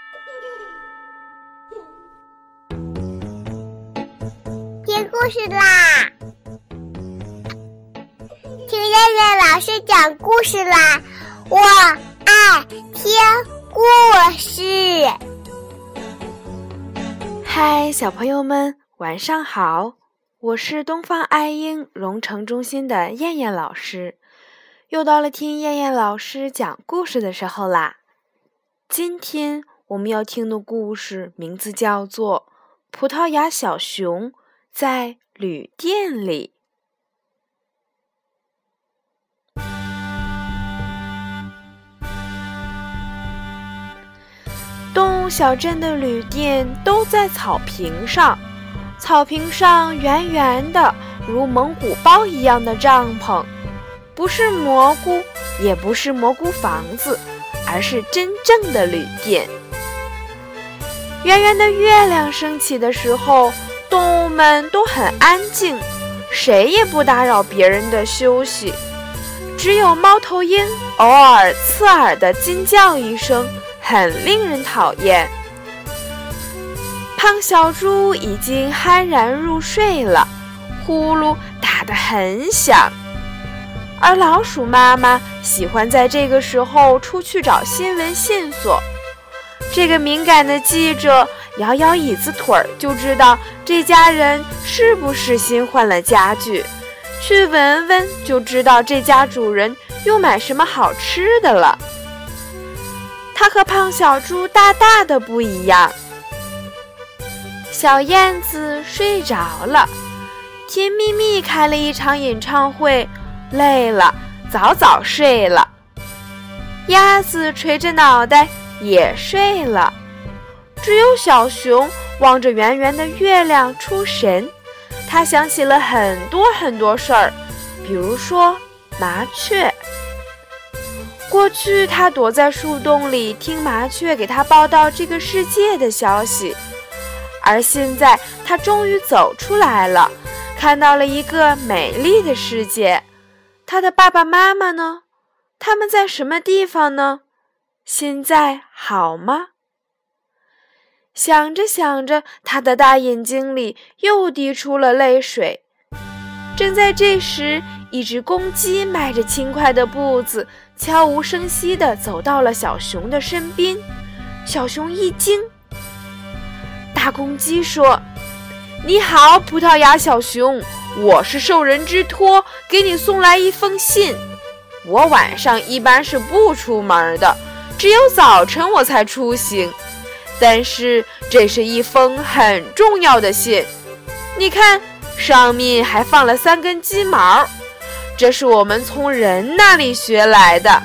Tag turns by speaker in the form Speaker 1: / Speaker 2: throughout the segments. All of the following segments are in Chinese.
Speaker 1: 听故事啦！听燕燕老师讲故事啦！我爱听故事。
Speaker 2: 嗨，小朋友们，晚上好！我是东方爱婴蓉城中心的燕燕老师，又到了听燕燕老师讲故事的时候啦。今天我们要听的故事名字叫做《葡萄牙小熊在旅店里》。动物小镇的旅店都在草坪上，草坪上圆圆的如蒙古包一样的帐篷，不是蘑菇，也不是蘑菇房子，而是真正的旅店。圆圆的月亮升起的时候，动物们都很安静，谁也不打扰别人的休息，只有猫头鹰偶尔刺耳地惊叫一声，很令人讨厌。胖小猪已经酣然入睡了，呼噜打得很响，而老鼠妈妈喜欢在这个时候出去找新闻线索。这个敏感的记者摇摇椅子腿儿，就知道这家人是不是新换了家具，去闻闻就知道这家主人又买什么好吃的了。他和胖小猪大大的不一样。小燕子睡着了，甜蜜蜜开了一场演唱会，累了早早睡了。鸭子垂着脑袋也睡了，只有小熊望着圆圆的月亮出神。他想起了很多很多事儿，比如说麻雀。过去他躲在树洞里听麻雀给他报道这个世界的消息，而现在他终于走出来了，看到了一个美丽的世界。他的爸爸妈妈呢？他们在什么地方呢？现在好吗？想着想着，他的大眼睛里又滴出了泪水。正在这时，一只公鸡迈着轻快的步子，悄无声息地走到了小熊的身边。小熊一惊。大公鸡说：“你好，葡萄牙小熊，我是受人之托给你送来一封信。我晚上一般是不出门的，只有早晨我才出行。但是这是一封很重要的信，你看，上面还放了3根鸡毛，这是我们从人那里学来的。”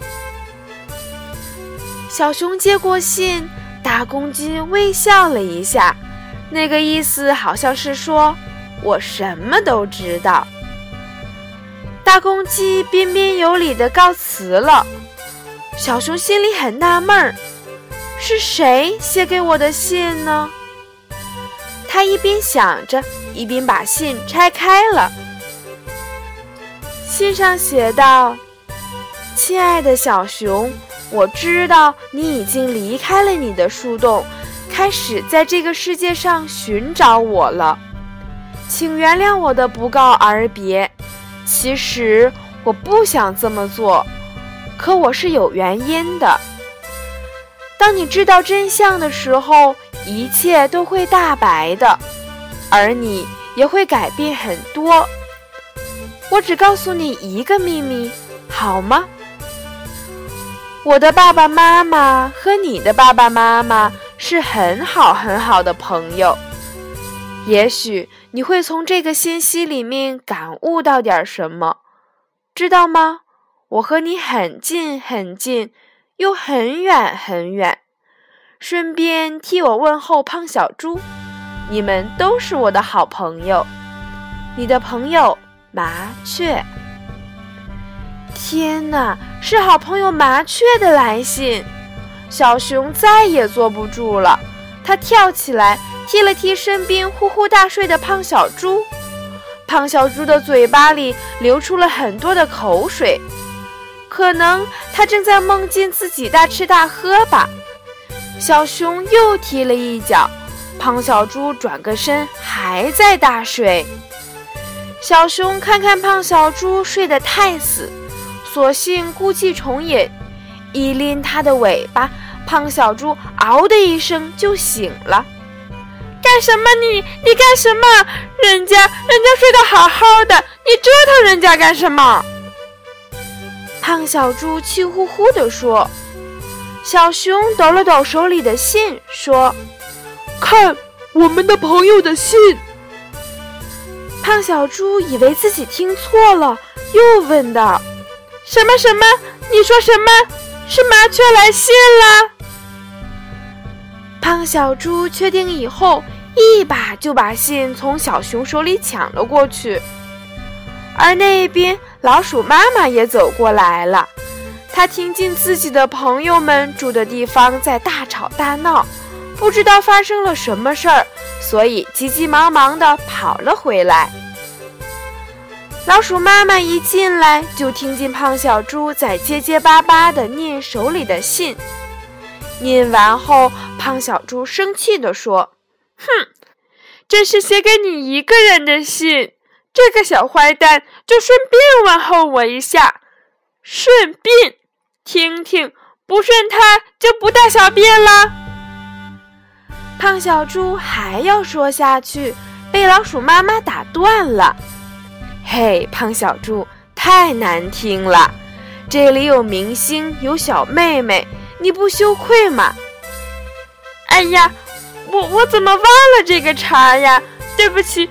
Speaker 2: 小熊接过信，大公鸡微笑了一下，那个意思好像是说，我什么都知道。大公鸡彬彬有礼地告辞了。小熊心里很纳闷儿，是谁写给我的信呢？他一边想着，一边把信拆开了。信上写道：“亲爱的小熊，我知道你已经离开了你的树洞，开始在这个世界上寻找我了。请原谅我的不告而别。其实我不想这么做，可我是有原因的。当你知道真相的时候，一切都会大白的，而你也会改变很多。我只告诉你一个秘密，好吗？我的爸爸妈妈和你的爸爸妈妈是很好很好的朋友。也许你会从这个信息里面感悟到点什么，知道吗？我和你很近很近，又很远很远。顺便替我问候胖小猪，你们都是我的好朋友。你的朋友麻雀。天哪，是好朋友麻雀的来信！小熊再也坐不住了，他跳起来踢了踢身边呼呼大睡的胖小猪。胖小猪的嘴巴里流出了很多的口水，可能他正在梦见自己大吃大喝吧。 小熊又踢了一脚，胖小猪转个身还在大睡。小熊看看胖小猪睡得太死，索性故伎重演，一拎它的尾巴，胖小猪嗷的一声就醒了。干什么你干什么？人家睡得好好的，你折腾人家干什么？胖小猪气呼呼地说。小熊抖了抖手里的信，说：看，我们的朋友的信。胖小猪以为自己听错了，又问道：什么？你说什么？是麻雀来信了？胖小猪确定以后，一把就把信从小熊手里抢了过去。而那边老鼠妈妈也走过来了，她听见自己的朋友们住的地方在大吵大闹，不知道发生了什么事儿，所以急急忙忙地跑了回来。老鼠妈妈一进来，就听见胖小猪在结结巴巴地念手里的信。念完后，胖小猪生气地说：哼，这是写给你一个人的信，这个小坏蛋就顺便问候我一下，顺便听听，不顺他就不大小便了。胖小猪还要说下去，被老鼠妈妈打断了。嘿，胖小猪，太难听了，这里有明星，有小妹妹，你不羞愧吗？哎呀，我怎么忘了这个茬呀？对不起。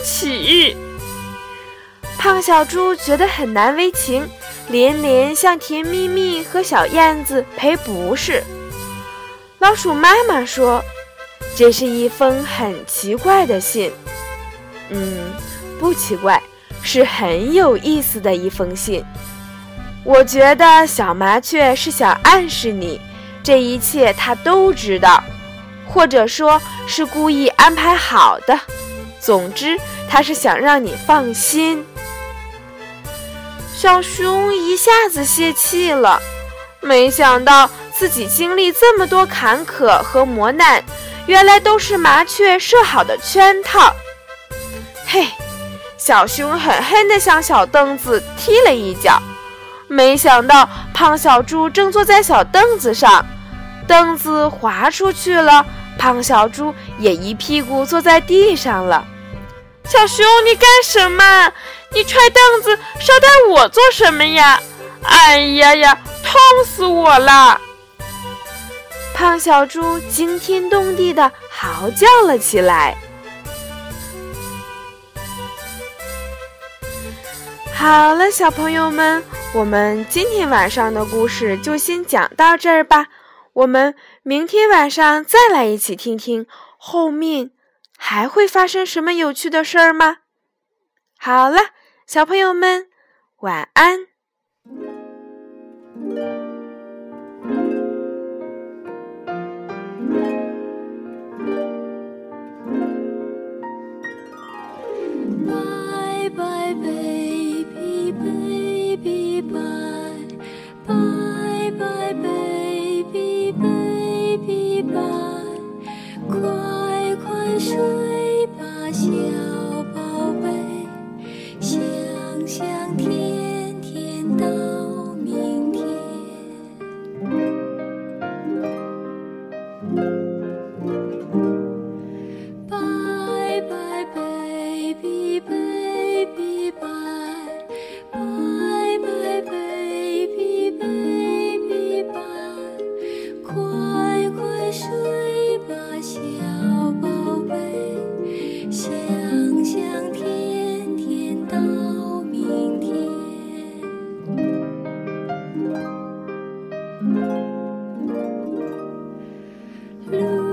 Speaker 2: 胖小猪觉得很难为情，连连向甜蜜蜜和小燕子赔不是。老鼠妈妈说，这是一封很奇怪的信。不奇怪，是很有意思的一封信。我觉得小麻雀是想暗示你，这一切他都知道，或者说是故意安排好的。总之，他是想让你放心。小熊一下子泄气了，没想到自己经历这么多坎坷和磨难，原来都是麻雀设好的圈套。嘿，小熊狠狠地向小凳子踢了一脚，没想到胖小猪正坐在小凳子上，凳子滑出去了，胖小猪也一屁股坐在地上了。小熊，你干什么？你踹凳子捎带我做什么呀？哎呀，痛死我了！胖小猪惊天动地地嚎叫了起来。好了，小朋友们，我们今天晚上的故事就先讲到这儿吧。我们明天晚上再来一起听听后面还会发生什么有趣的事儿吗？好了，小朋友们，晚安。
Speaker 3: Bye bye baby baby bye bye bye baby baby bye 快快睡吧小宝贝想想天天到明天Bye bye baby baby bye bye bye baby baby bye 快快睡吧小宝贝想想天天到明天